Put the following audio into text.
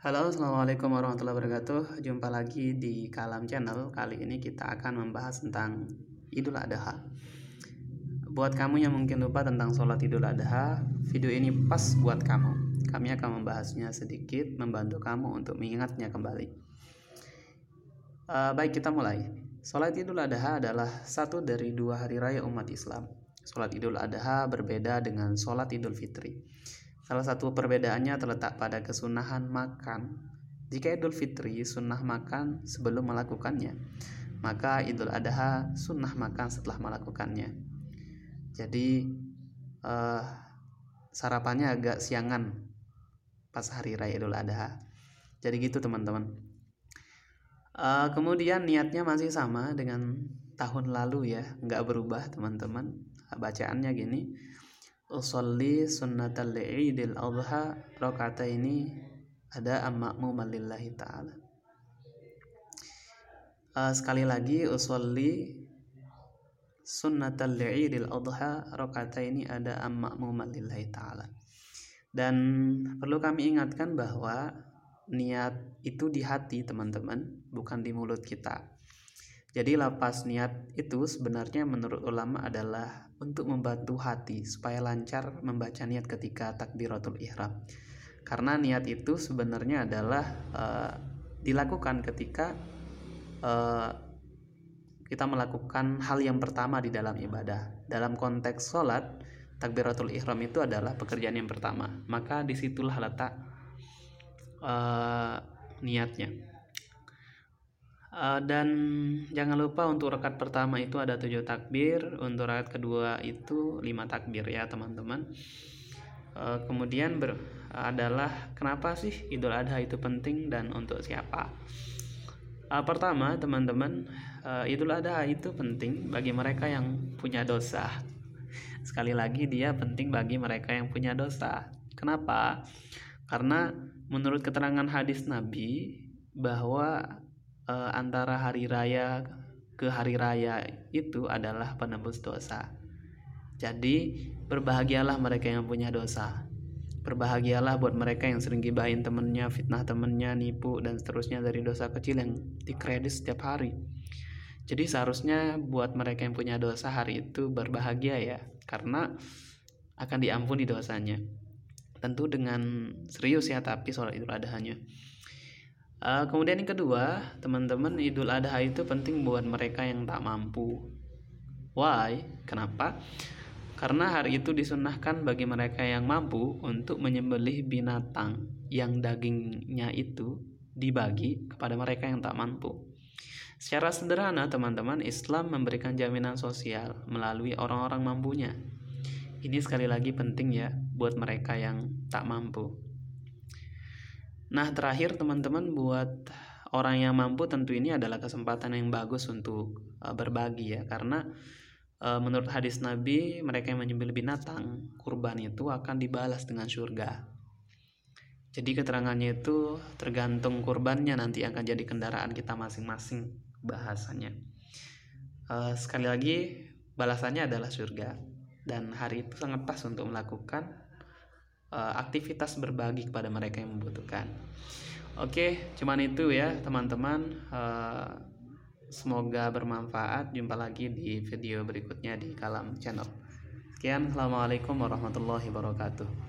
Halo, assalamualaikum warahmatullahi wabarakatuh. Jumpa lagi di Kalam Channel. Kali ini kita akan membahas tentang Idul Adha. Buat kamu yang mungkin lupa tentang sholat Idul Adha, video ini pas buat kamu. Kami akan membahasnya sedikit, membantu kamu untuk mengingatnya kembali. Baik, kita mulai. Sholat Idul Adha adalah satu dari dua hari raya umat Islam. Sholat Idul Adha berbeda dengan sholat Idul Fitri. Salah satu perbedaannya terletak pada kesunahan makan. Jika Idul Fitri sunnah makan sebelum melakukannya, maka Idul Adha sunnah makan setelah melakukannya. Jadi sarapannya agak siangan pas hari raya Idul Adha. Jadi gitu teman-teman. Kemudian niatnya masih sama dengan tahun lalu ya, nggak berubah teman-teman. Bacaannya gini: usolli sunnatal idil adha rakaataini ada ma'muman lillahi ta'ala. Sekali lagi, usolli sunnatal idil adha rakaataini ada ma'muman lillahi ta'ala. Dan perlu kami ingatkan bahwa niat itu di hati teman-teman, bukan di mulut kita. Jadi lafaz niat itu sebenarnya menurut ulama adalah untuk membantu hati supaya lancar membaca niat ketika takbiratul ihram. Karena niat itu sebenarnya adalah dilakukan ketika kita melakukan hal yang pertama di dalam ibadah. Dalam konteks sholat, takbiratul ihram itu adalah pekerjaan yang pertama. Maka disitulah letak niatnya. Dan jangan lupa untuk rakaat pertama itu ada 7 takbir, untuk rakaat kedua itu 5 takbir ya teman-teman. Kemudian adalah kenapa sih Idul Adha itu penting dan untuk siapa? Pertama teman-teman, Idul Adha itu penting bagi mereka yang punya dosa. Sekali lagi dia penting bagi mereka yang punya dosa. Kenapa? Karena menurut keterangan hadis Nabi bahwa antara hari raya ke hari raya itu adalah penebus dosa. Jadi berbahagialah mereka yang punya dosa. Berbahagialah buat mereka yang sering gibahin temennya, fitnah temennya, nipu dan seterusnya dari dosa kecil yang dikredit setiap hari. Jadi seharusnya buat mereka yang punya dosa hari itu berbahagia ya, karena akan diampuni dosanya. Tentu dengan serius ya, tapi sholat Idul Adha-nya. Kemudian yang kedua, teman-teman, Idul Adha itu penting buat mereka yang tak mampu. Why? Kenapa? Karena hari itu disunahkan bagi mereka yang mampu untuk menyembelih binatang yang dagingnya itu dibagi kepada mereka yang tak mampu. Secara sederhana, teman-teman, Islam memberikan jaminan sosial melalui orang-orang mampunya. Ini sekali lagi penting ya buat mereka yang tak mampu. Nah, terakhir teman-teman, buat orang yang mampu tentu ini adalah kesempatan yang bagus untuk berbagi ya, karena menurut hadis Nabi, mereka yang menyembelih binatang kurban itu akan dibalas dengan surga. Jadi keterangannya itu tergantung kurbannya nanti akan jadi kendaraan kita masing-masing bahasanya. Sekali lagi, balasannya adalah surga, dan hari itu sangat pas untuk melakukan aktivitas berbagi kepada mereka yang membutuhkan. Oke, cuman itu ya teman-teman. Semoga bermanfaat. Jumpa lagi di video berikutnya di Kalam Channel. Sekian, assalamualaikum warahmatullahi wabarakatuh.